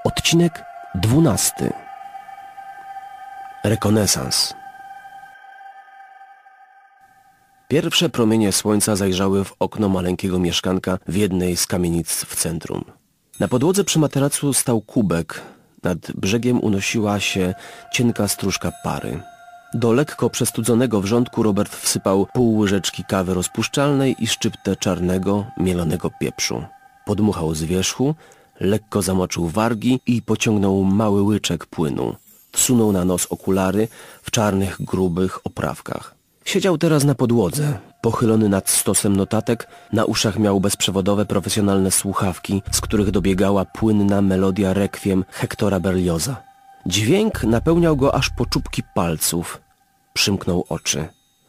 Odcinek 12. Rekonesans. Pierwsze promienie słońca zajrzały w okno maleńkiego mieszkanka w jednej z kamienic w centrum. Na podłodze przy materacu stał kubek. Nad brzegiem unosiła się cienka stróżka pary. Do lekko przestudzonego wrzątku Robert wsypał pół łyżeczki kawy rozpuszczalnej i szczyptę czarnego, mielonego pieprzu. Podmuchał z wierzchu, lekko zamoczył wargi i pociągnął mały łyczek płynu. Wsunął na nos okulary w czarnych, grubych oprawkach. Siedział teraz na podłodze, pochylony nad stosem notatek, na uszach miał bezprzewodowe, profesjonalne słuchawki, z których dobiegała płynna melodia rekwiem Hektora Berlioza. Dźwięk napełniał go aż po czubki palców. Przymknął oczy.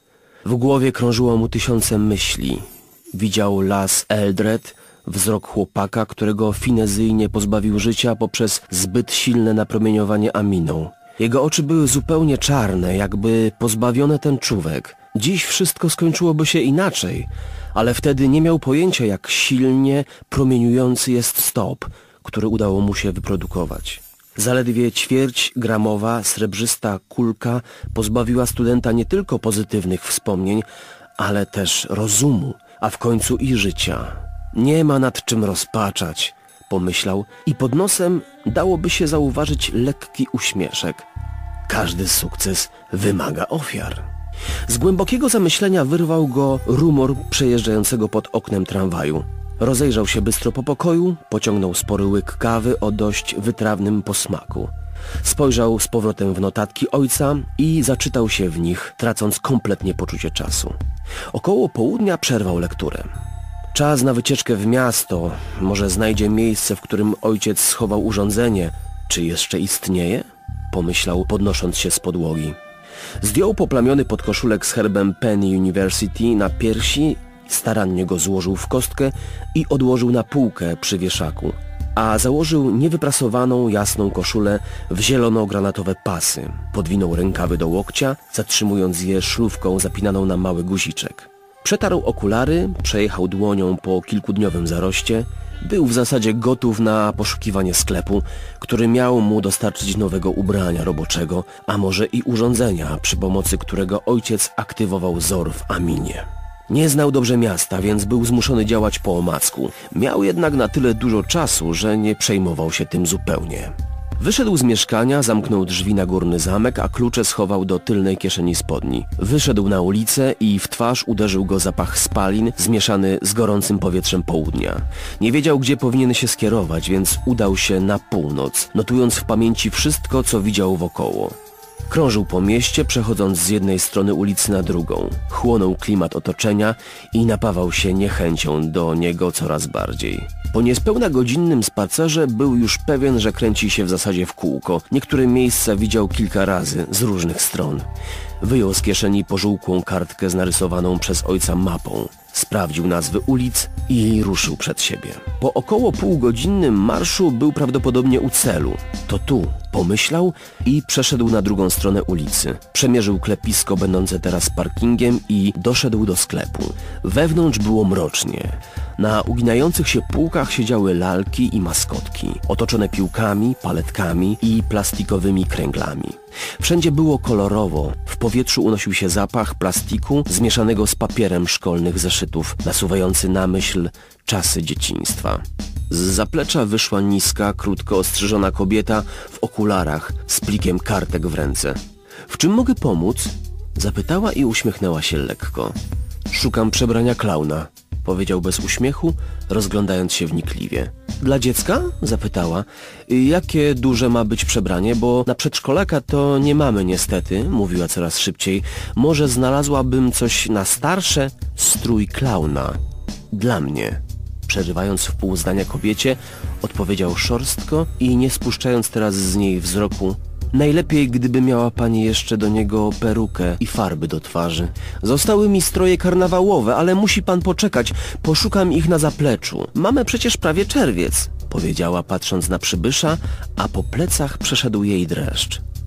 W głowie krążyło mu tysiące myśli. Widział las Eldred, wzrok chłopaka, którego finezyjnie pozbawił życia poprzez zbyt silne napromieniowanie aminą. Jego oczy były zupełnie czarne, jakby pozbawione tęczówek. Dziś wszystko skończyłoby się inaczej, ale wtedy nie miał pojęcia, jak silnie promieniujący jest stop, który udało mu się wyprodukować. Zaledwie ćwierćgramowa, srebrzysta kulka pozbawiła studenta nie tylko pozytywnych wspomnień, ale też rozumu, a w końcu i życia. Nie ma nad czym rozpaczać, pomyślał i pod nosem dałoby się zauważyć lekki uśmieszek. Każdy sukces wymaga ofiar. Z głębokiego zamyślenia wyrwał go rumor przejeżdżającego pod oknem tramwaju. Rozejrzał się bystro po pokoju, pociągnął spory łyk kawy o dość wytrawnym posmaku. Spojrzał z powrotem w notatki ojca i zaczytał się w nich, tracąc kompletnie poczucie czasu. Około południa przerwał lekturę. Czas na wycieczkę w miasto, może znajdzie miejsce, w którym ojciec schował urządzenie. Czy jeszcze istnieje? Pomyślał, podnosząc się z podłogi. Zdjął poplamiony podkoszulek z herbem Penn University na piersi, starannie go złożył w kostkę i odłożył na półkę przy wieszaku, a założył niewyprasowaną, jasną koszulę w zielono-granatowe pasy. Podwinął rękawy do łokcia, zatrzymując je szlufką zapinaną na mały guziczek. Przetarł okulary, przejechał dłonią po kilkudniowym zaroście. Był w zasadzie gotów na poszukiwanie sklepu, który miał mu dostarczyć nowego ubrania roboczego, a może i urządzenia, przy pomocy którego ojciec aktywował ZOR w Aminie. Nie znał dobrze miasta, więc był zmuszony działać po omacku. Miał jednak na tyle dużo czasu, że nie przejmował się tym zupełnie. Wyszedł z mieszkania, zamknął drzwi na górny zamek, a klucze schował do tylnej kieszeni spodni. Wyszedł na ulicę i w twarz uderzył go zapach spalin zmieszany z gorącym powietrzem południa. Nie wiedział, gdzie powinien się skierować, więc udał się na północ, notując w pamięci wszystko, co widział wokoło. Krążył po mieście, przechodząc z jednej strony ulicy na drugą. Chłonął klimat otoczenia i napawał się niechęcią do niego coraz bardziej. Po niespełna godzinnym spacerze był już pewien, że kręci się w zasadzie w kółko. Niektóre miejsca widział kilka razy, z różnych stron. Wyjął z kieszeni pożółkłą kartkę z narysowaną przez ojca mapą. Sprawdził nazwy ulic i ruszył przed siebie. Po około półgodzinnym marszu był prawdopodobnie u celu. To tu, pomyślał i przeszedł na drugą stronę ulicy. Przemierzył klepisko będące teraz parkingiem i doszedł do sklepu. Wewnątrz było mrocznie. Na uginających się półkach siedziały lalki i maskotki, otoczone piłkami, paletkami i plastikowymi kręglami. Wszędzie było kolorowo, w powietrzu unosił się zapach plastiku zmieszanego z papierem szkolnych zeszytów, nasuwający na myśl czasy dzieciństwa. Z zaplecza wyszła niska, krótko ostrzyżona kobieta w okularach z plikiem kartek w ręce. „W czym mogę pomóc?” zapytała i uśmiechnęła się lekko. „Szukam przebrania klauna”, powiedział bez uśmiechu, rozglądając się wnikliwie. „Dla dziecka?” zapytała. „Jakie duże ma być przebranie, bo na przedszkolaka to nie mamy niestety”, mówiła coraz szybciej. „Może znalazłabym coś na starsze?” „Strój klauna. Dla mnie”, przerywając w pół zdania kobiecie, odpowiedział szorstko i nie spuszczając teraz z niej wzroku. „Najlepiej, gdyby miała pani jeszcze do niego perukę i farby do twarzy. Zostały mi stroje karnawałowe, ale musi pan poczekać, poszukam ich na zapleczu. Mamy przecież prawie czerwiec”, powiedziała patrząc na przybysza, a po plecach przeszedł jej dreszcz.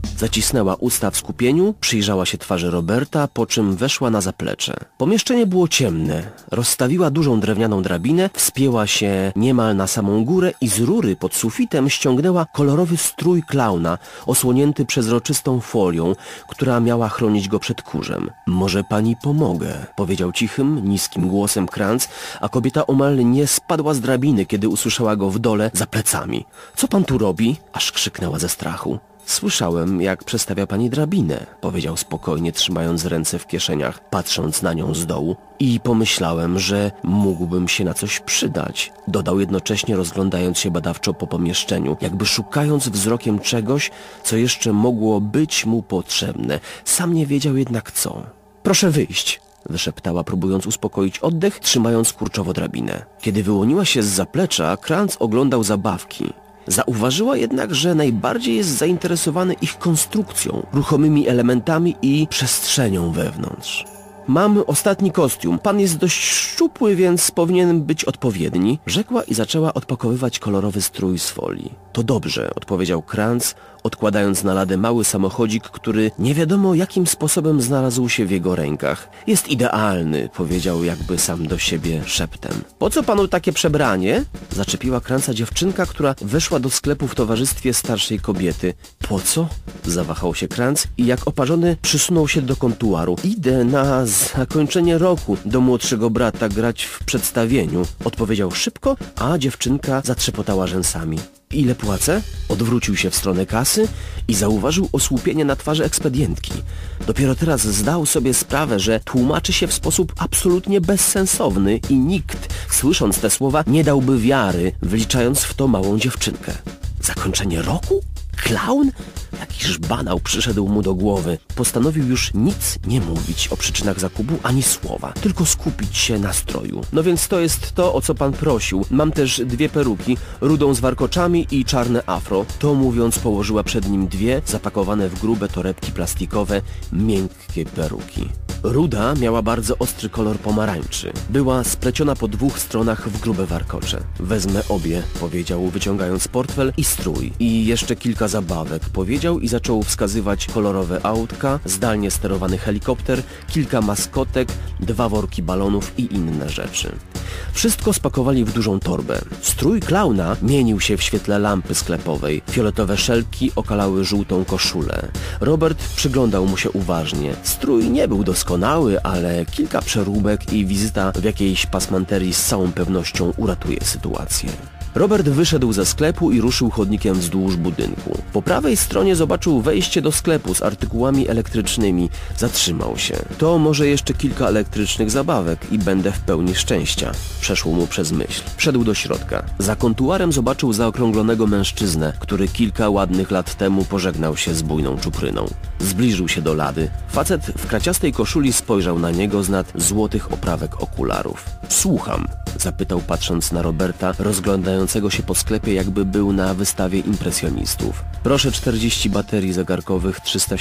Zacisnęła usta w skupieniu, przyjrzała się twarzy Roberta, po czym weszła na zaplecze. Pomieszczenie było ciemne. Rozstawiła dużą drewnianą drabinę, wspięła się niemal na samą górę i z rury pod sufitem ściągnęła kolorowy strój klauna, osłonięty przezroczystą folią, która miała chronić go przed kurzem. Może pani pomogę, powiedział cichym, niskim głosem Kranz, a kobieta omal nie spadła z drabiny, kiedy usłyszała go w dole za plecami. Co pan tu robi? Aż krzyknęła ze strachu. Słyszałem, jak przestawia pani drabinę, powiedział spokojnie, trzymając ręce w kieszeniach, patrząc na nią z dołu. I pomyślałem, że mógłbym się na coś przydać, dodał jednocześnie, rozglądając się badawczo po pomieszczeniu, jakby szukając wzrokiem czegoś, co jeszcze mogło być mu potrzebne. Sam nie wiedział jednak co. Proszę wyjść, wyszeptała, próbując uspokoić oddech, trzymając kurczowo drabinę. Kiedy wyłoniła się z zaplecza, Kranz oglądał zabawki. Zauważyła jednak, że najbardziej jest zainteresowany ich konstrukcją, ruchomymi elementami i przestrzenią wewnątrz. Mam ostatni kostium. Pan jest dość szczupły, więc powinien być odpowiedni, rzekła i zaczęła odpakowywać kolorowy strój z folii. To dobrze, odpowiedział Kranz, odkładając na ladę mały samochodzik, który nie wiadomo jakim sposobem znalazł się w jego rękach. Jest idealny, powiedział jakby sam do siebie szeptem. Po co panu takie przebranie? Zaczepiła Kranza dziewczynka, która weszła do sklepu w towarzystwie starszej kobiety. Po co? Zawahał się Kranz i jak oparzony przysunął się do kontuaru. Idę na zakończenie roku do młodszego brata grać w przedstawieniu, odpowiedział szybko, a dziewczynka zatrzepotała rzęsami. Ile płacę? Odwrócił się w stronę kasy i zauważył osłupienie na twarzy ekspedientki. Dopiero teraz zdał sobie sprawę, że tłumaczy się w sposób absolutnie bezsensowny i nikt, słysząc te słowa, nie dałby wiary, wliczając w to małą dziewczynkę. Zakończenie roku? Klaun? Jakiż banał przyszedł mu do głowy. Postanowił już nic nie mówić o przyczynach zakupu ani słowa, tylko skupić się na stroju. No więc to jest to, o co pan prosił. Mam też 2 peruki, rudą z warkoczami i czarne afro. To mówiąc położyła przed nim 2 zapakowane w grube torebki plastikowe, miękkie peruki. Ruda miała bardzo ostry kolor pomarańczy. Była spleciona po 2 stronach w grube warkocze. Wezmę obie, powiedział, wyciągając portfel i strój. I jeszcze kilka zabawek, powiedział i zaczął wskazywać kolorowe autka, zdalnie sterowany helikopter, kilka maskotek, 2 worki balonów i inne rzeczy. Wszystko spakowali w dużą torbę. Strój klauna mienił się w świetle lampy sklepowej. Fioletowe szelki okalały żółtą koszulę. Robert przyglądał mu się uważnie. Strój nie był doskonały, ale kilka przeróbek i wizyta w jakiejś pasmanterii z całą pewnością uratuje sytuację. Robert wyszedł ze sklepu i ruszył chodnikiem wzdłuż budynku. Po prawej stronie zobaczył wejście do sklepu z artykułami elektrycznymi. Zatrzymał się. To może jeszcze kilka elektrycznych zabawek i będę w pełni szczęścia. Przeszło mu przez myśl. Wszedł do środka. Za kontuarem zobaczył zaokrąglonego mężczyznę, który kilka ładnych lat temu pożegnał się z bujną czupryną. Zbliżył się do lady. Facet w kraciastej koszuli spojrzał na niego z nad złotych oprawek okularów. Słucham, zapytał, patrząc na Roberta, rozglądającego się po sklepie, jakby był na wystawie impresjonistów. Proszę 40 baterii zegarkowych,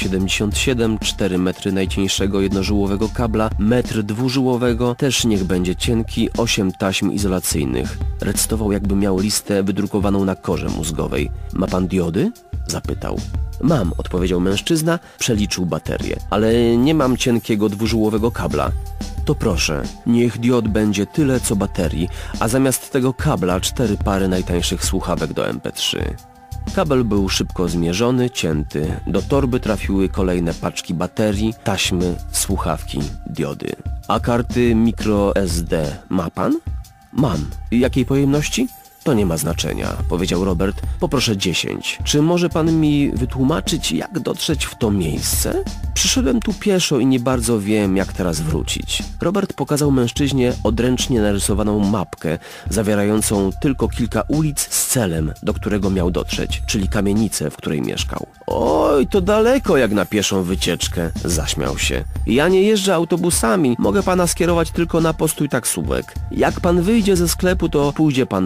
377, 4 metry najcieńszego jednożyłowego kabla, metr dwużyłowego, też niech będzie cienki, 8 taśm izolacyjnych. Recytował, jakby miał listę wydrukowaną na korze mózgowej. Ma pan diody? Zapytał. Mam, odpowiedział mężczyzna, przeliczył baterię. Ale nie mam cienkiego dwużyłowego kabla. To proszę, niech diod będzie tyle co baterii, a zamiast tego kabla 4 pary najtańszych słuchawek do MP3. Kabel był szybko zmierzony, cięty. Do torby trafiły kolejne paczki baterii, taśmy, słuchawki, diody. A karty microSD ma pan? Mam. Jakiej pojemności? To nie ma znaczenia, powiedział Robert. Poproszę 10. Czy może pan mi wytłumaczyć, jak dotrzeć w to miejsce? Przyszedłem tu pieszo i nie bardzo wiem, jak teraz wrócić. Robert pokazał mężczyźnie odręcznie narysowaną mapkę, zawierającą tylko kilka ulic z celem, do którego miał dotrzeć, czyli kamienicę, w której mieszkał. Oj, to daleko jak na pieszą wycieczkę, zaśmiał się. Ja nie jeżdżę autobusami, mogę pana skierować tylko na postój taksówek. Jak pan wyjdzie ze sklepu, to pójdzie pan w lewo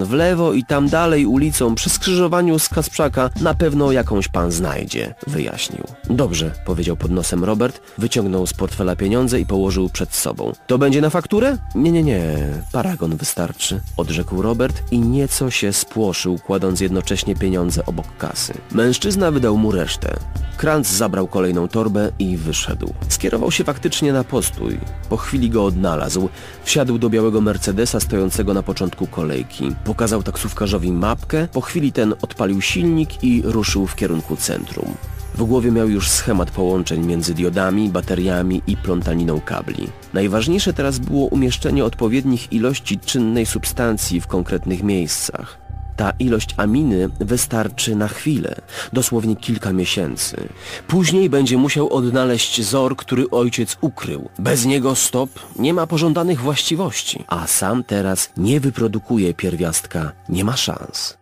lewo i tam dalej ulicą przy skrzyżowaniu z Kasprzaka na pewno jakąś pan znajdzie, wyjaśnił. Dobrze, powiedział pod nosem Robert, wyciągnął z portfela pieniądze i położył przed sobą. To będzie na fakturę? Nie, paragon wystarczy, odrzekł Robert i nieco się spłoszył, kładąc jednocześnie pieniądze obok kasy. Mężczyzna wydał mu resztę. Krantz zabrał kolejną torbę i wyszedł. Skierował się faktycznie na postój. Po chwili go odnalazł. Wsiadł do białego Mercedesa stojącego na początku kolejki. Pokazał taksówkarzowi mapkę, po chwili ten odpalił silnik i ruszył w kierunku centrum. W głowie miał już schemat połączeń między diodami, bateriami i plątaniną kabli. Najważniejsze teraz było umieszczenie odpowiednich ilości czynnej substancji w konkretnych miejscach. Ta ilość aminy wystarczy na chwilę, dosłownie kilka miesięcy. Później będzie musiał odnaleźć ZOR, który ojciec ukrył. Bez niego stop nie ma pożądanych właściwości, a sam teraz nie wyprodukuje pierwiastka, nie ma szans.